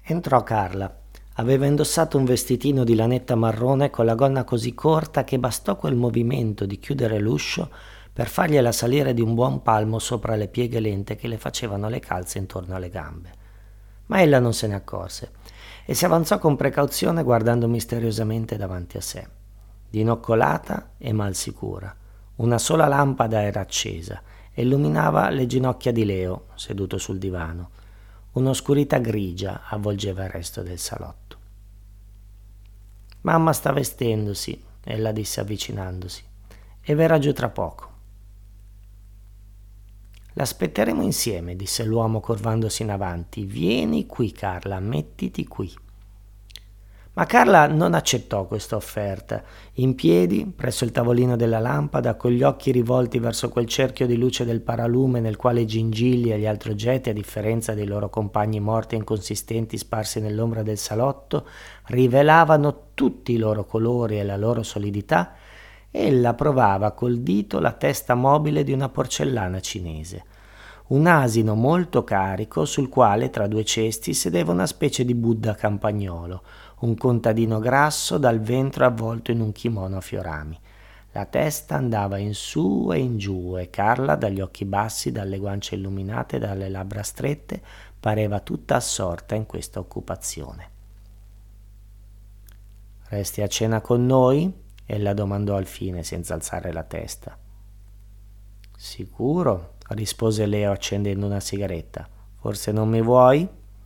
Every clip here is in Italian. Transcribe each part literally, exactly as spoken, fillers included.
Entrò Carla. Aveva indossato un vestitino di lanetta marrone con la gonna così corta che bastò quel movimento di chiudere l'uscio per fargliela salire di un buon palmo sopra le pieghe lente che le facevano le calze intorno alle gambe. Ma ella non se ne accorse e si avanzò con precauzione guardando misteriosamente davanti a sé. Dinoccolata e mal sicura. Una sola lampada era accesa e illuminava le ginocchia di Leo, seduto sul divano. Un'oscurità grigia avvolgeva il resto del salotto. Mamma sta vestendosi, ella disse avvicinandosi, e verrà giù tra poco. L'aspetteremo insieme, disse l'uomo curvandosi in avanti. Vieni qui, Carla, mettiti qui. Ma Carla non accettò questa offerta. In piedi, presso il tavolino della lampada, con gli occhi rivolti verso quel cerchio di luce del paralume nel quale i gingilli e gli altri oggetti, a differenza dei loro compagni morti e inconsistenti sparsi nell'ombra del salotto, rivelavano tutti i loro colori e la loro solidità, ella provava col dito la testa mobile di una porcellana cinese. Un asino molto carico sul quale tra due cesti sedeva una specie di Buddha campagnolo, un contadino grasso dal ventre avvolto in un kimono a fiorami. La testa andava in su e in giù e Carla, dagli occhi bassi, dalle guance illuminate, dalle labbra strette, pareva tutta assorta in questa occupazione. «Resti a cena con noi?» ella domandò alfine senza alzare la testa. «Sicuro?» rispose Leo accendendo una sigaretta. «Forse non mi vuoi?»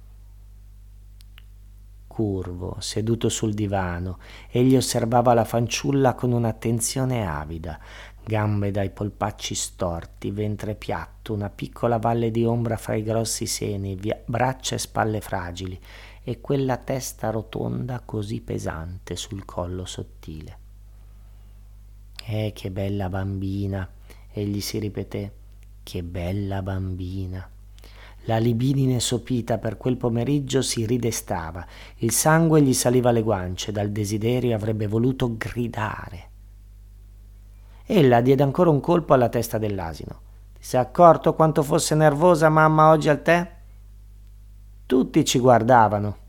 Curvo, seduto sul divano, egli osservava la fanciulla con un'attenzione avida. Gambe dai polpacci storti, ventre piatto, una piccola valle di ombra fra i grossi seni, via- braccia e spalle fragili, e quella testa rotonda così pesante sul collo sottile. «Eh, che bella bambina!» egli si ripeté. «Che bella bambina!» La libidine sopita per quel pomeriggio si ridestava, il sangue gli saliva alle guance, dal desiderio avrebbe voluto gridare. Ella diede ancora un colpo alla testa dell'asino. «Ti sei accorto quanto fosse nervosa mamma oggi al tè?» Tutti ci guardavano.